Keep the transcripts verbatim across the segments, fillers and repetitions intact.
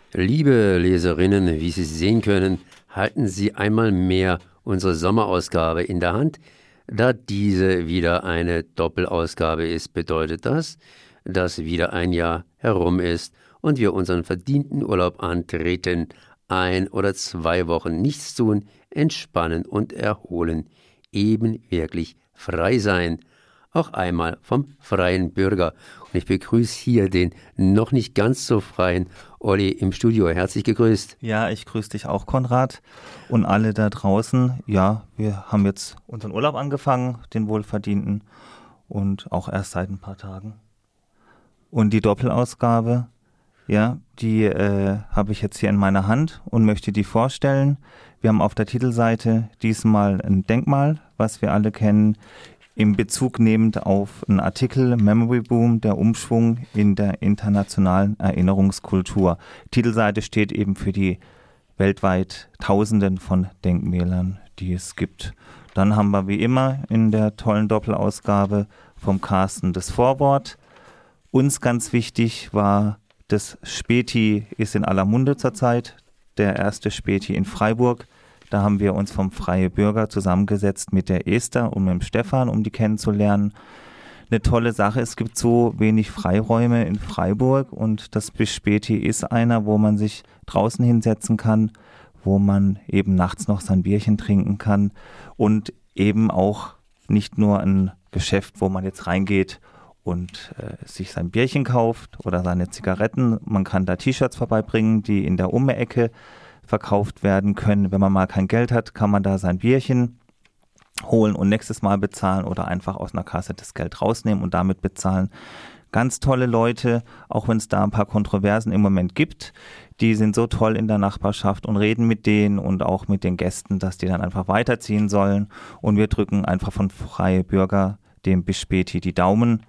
Liebe Leserinnen, wie Sie sehen können, halten Sie einmal mehr unsere Sommerausgabe in der Hand. Da diese wieder eine Doppelausgabe ist, bedeutet das, dass wieder ein Jahr herum ist und wir unseren verdienten Urlaub antreten, ein oder zwei Wochen nichts tun, entspannen und erholen, eben wirklich frei sein. Auch einmal vom freien Bürger. Und ich begrüße hier den noch nicht ganz so freien Olli im Studio. Herzlich gegrüßt. Ja, ich grüße dich auch, Konrad. Und alle da draußen. Ja, wir haben jetzt unseren Urlaub angefangen, den wohlverdienten. Und auch erst seit ein paar Tagen. Und die Doppelausgabe, ja, die äh, habe ich jetzt hier in meiner Hand und möchte die vorstellen. Wir haben auf der Titelseite diesmal ein Denkmal, was wir alle kennen, im Bezug nehmend auf einen Artikel Memory Boom, der Umschwung in der internationalen Erinnerungskultur. Titelseite steht eben für die weltweit Tausenden von Denkmälern, die es gibt. Dann haben wir wie immer in der tollen Doppelausgabe vom Carsten das Vorwort. Uns ganz wichtig war, das Späti ist in aller Munde zurzeit, der erste Späti in Freiburg. Da haben wir uns vom Freie Bürger zusammengesetzt mit der Esther und mit dem Stefan, um die kennenzulernen. Eine tolle Sache, es gibt so wenig Freiräume in Freiburg und das Späti ist einer, wo man sich draußen hinsetzen kann, wo man eben nachts noch sein Bierchen trinken kann und eben auch nicht nur ein Geschäft, wo man jetzt reingeht und äh, sich sein Bierchen kauft oder seine Zigaretten. Man kann da T-Shirts vorbeibringen, die in der Umme-Ecke verkauft werden können. Wenn man mal kein Geld hat, kann man da sein Bierchen holen und nächstes Mal bezahlen oder einfach aus einer Kasse das Geld rausnehmen und damit bezahlen. Ganz tolle Leute, auch wenn es da ein paar Kontroversen im Moment gibt. Die sind so toll in der Nachbarschaft und reden mit denen und auch mit den Gästen, dass die dann einfach weiterziehen sollen. Und wir drücken einfach von Freie Bürger dem bis Späti die Daumen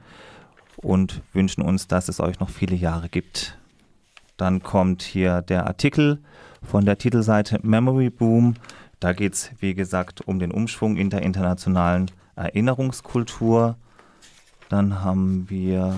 und wünschen uns, dass es euch noch viele Jahre gibt. Dann kommt hier der Artikel von der Titelseite Memory Boom. Da geht es, wie gesagt, um den Umschwung in der internationalen Erinnerungskultur. Dann haben wir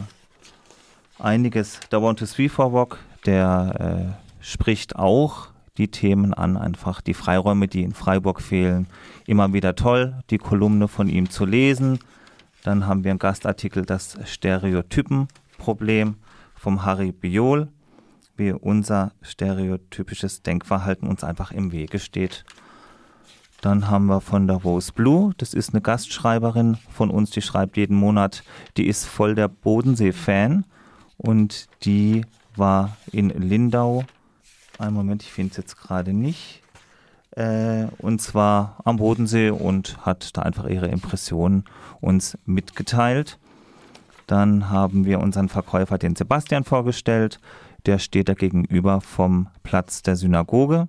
einiges. Der Want to Three for Walk, der äh, spricht auch die Themen an, einfach die Freiräume, die in Freiburg fehlen. Immer wieder toll, die Kolumne von ihm zu lesen. Dann haben wir einen Gastartikel, das Stereotypenproblem vom Harry Biol, wie unser stereotypisches Denkverhalten uns einfach im Wege steht. Dann haben wir von der Rose Blue, das ist eine Gastschreiberin von uns, die schreibt jeden Monat, die ist voll der Bodensee-Fan und die war in Lindau, einen Moment, ich finde es jetzt gerade nicht, äh, und zwar am Bodensee und hat da einfach ihre Impressionen uns mitgeteilt. Dann haben wir unseren Verkäufer, den Sebastian, vorgestellt. Der steht da gegenüber vom Platz der Synagoge.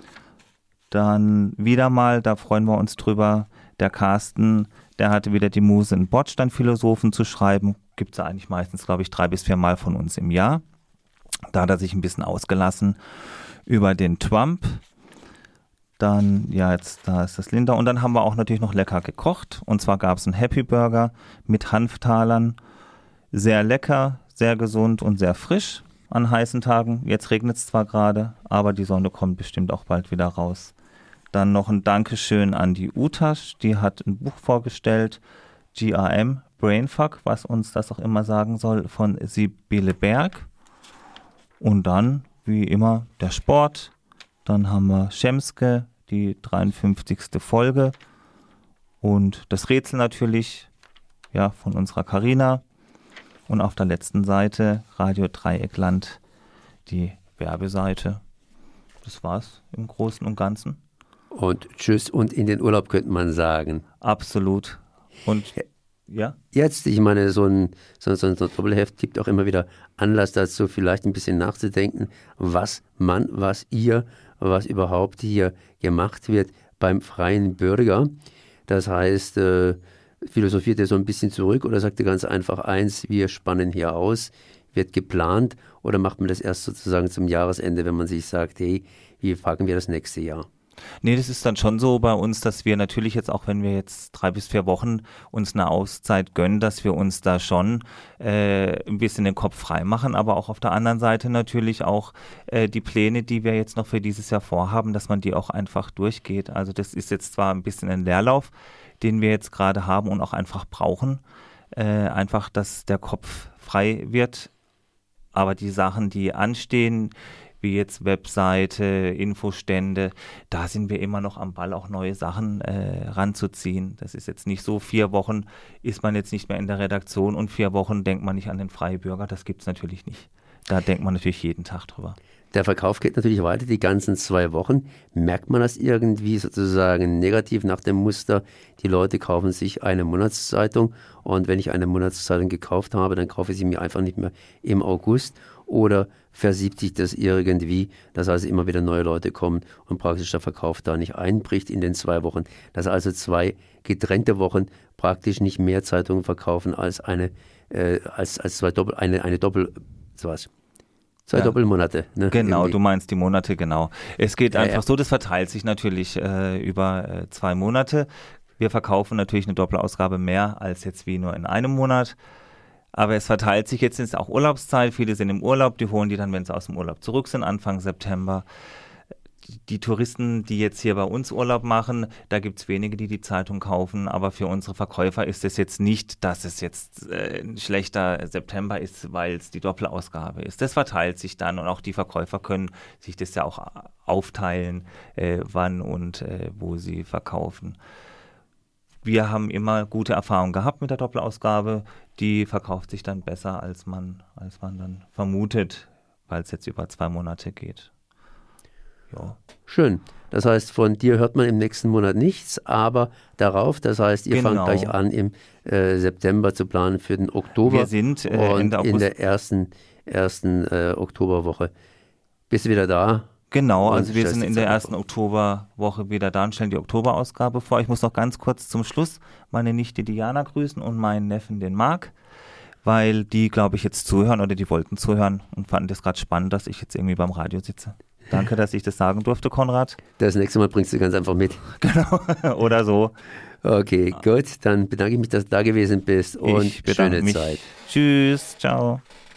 Dann wieder mal, da freuen wir uns drüber, der Carsten, der hatte wieder die Muse, einen Bordsteinphilosophen zu schreiben. Gibt es ja eigentlich meistens, glaube ich, drei bis vier Mal von uns im Jahr. Da hat er sich ein bisschen ausgelassen über den Trump. Dann, ja, jetzt, da ist das Linda. Und dann haben wir auch natürlich noch lecker gekocht. Und zwar gab es einen Happy Burger mit Hanftalern. Sehr lecker, sehr gesund und sehr frisch an heißen Tagen. Jetzt regnet es zwar gerade, aber die Sonne kommt bestimmt auch bald wieder raus. Dann noch ein Dankeschön an die Utasch, die hat ein Buch vorgestellt, G R M, Brainfuck, was uns das auch immer sagen soll, von Sibylle Berg. Und dann, wie immer, der Sport. Dann haben wir Schemske, die dreiundfünfzigste Folge. Und das Rätsel natürlich, ja, von unserer Carina. Und auf der letzten Seite Radio Dreieckland, die Werbeseite. Das war's im Großen und Ganzen. Und tschüss und in den Urlaub könnte man sagen. Absolut. Und ja? Jetzt, ich meine, so ein, so, so ein Doppelheft gibt auch immer wieder Anlass dazu, vielleicht ein bisschen nachzudenken, was man, was ihr, was überhaupt hier gemacht wird beim freien Bürger. Das heißt, äh, philosophiert er so ein bisschen zurück oder sagt er ganz einfach eins, wir spannen hier aus, wird geplant, oder macht man das erst sozusagen zum Jahresende, wenn man sich sagt, hey, wie packen wir das nächste Jahr? Nee, das ist dann schon so bei uns, dass wir natürlich jetzt auch, wenn wir jetzt drei bis vier Wochen uns eine Auszeit gönnen, dass wir uns da schon äh, ein bisschen den Kopf frei machen, aber auch auf der anderen Seite natürlich auch äh, die Pläne, die wir jetzt noch für dieses Jahr vorhaben, dass man die auch einfach durchgeht. Also das ist jetzt zwar ein bisschen ein Leerlauf, den wir jetzt gerade haben und auch einfach brauchen, äh, einfach, dass der Kopf frei wird, aber die Sachen, die anstehen, wie jetzt Webseite, Infostände, da sind wir immer noch am Ball, auch neue Sachen äh, ranzuziehen. Das ist jetzt nicht so, vier Wochen ist man jetzt nicht mehr in der Redaktion und vier Wochen denkt man nicht an den Freibürger, das gibt es natürlich nicht. Da denkt man natürlich jeden Tag drüber. Der Verkauf geht natürlich weiter, die ganzen zwei Wochen. Merkt man das irgendwie sozusagen negativ nach dem Muster? Die Leute kaufen sich eine Monatszeitung und wenn ich eine Monatszeitung gekauft habe, dann kaufe ich sie mir einfach nicht mehr im August. Oder versiebt sich das irgendwie, dass also immer wieder neue Leute kommen und praktisch der Verkauf da nicht einbricht in den zwei Wochen. Dass also zwei getrennte Wochen praktisch nicht mehr Zeitungen verkaufen als eine, äh, als, als zwei Doppel, eine, eine Doppel, was? Zwei ja. Doppelmonate. Ne? Genau, Irgendwie. Du meinst die Monate, genau. Es geht ja, einfach ja. so, das verteilt sich natürlich äh, über äh, zwei Monate. Wir verkaufen natürlich eine Doppelausgabe mehr als jetzt wie nur in einem Monat. Aber es verteilt sich, jetzt ist auch Urlaubszeit, viele sind im Urlaub, die holen die dann, wenn sie aus dem Urlaub zurück sind, Anfang September. Die Touristen, die jetzt hier bei uns Urlaub machen, da gibt es wenige, die die Zeitung kaufen, aber für unsere Verkäufer ist es jetzt nicht, dass es jetzt äh, ein schlechter September ist, weil es die Doppelausgabe ist. Das verteilt sich dann und auch die Verkäufer können sich das ja auch aufteilen, äh, wann und äh, wo sie verkaufen. Wir haben immer gute Erfahrungen gehabt mit der Doppelausgabe. Die verkauft sich dann besser, als man, als man dann vermutet, weil es jetzt über zwei Monate geht. Ja. Schön. Das heißt, von dir hört man im nächsten Monat nichts, aber darauf, das heißt, ihr genau. fangt gleich an, im äh, September zu planen für den Oktober. Wir sind äh, und Ende August. in der ersten, ersten äh, Oktoberwoche. Bist du wieder da? Genau, also wir sind in der ersten Oktoberwoche wieder da und stellen die Oktoberausgabe vor. Ich muss noch ganz kurz zum Schluss meine Nichte Diana grüßen und meinen Neffen, den Marc, weil die, glaube ich, jetzt zuhören oder die wollten zuhören und fanden das gerade spannend, dass ich jetzt irgendwie beim Radio sitze. Danke, dass ich das sagen durfte, Konrad. Das nächste Mal bringst du ganz einfach mit. Genau, oder so. Okay, gut, dann bedanke ich mich, dass du da gewesen bist und ich bedanke schöne mich. Zeit. Tschüss, ciao.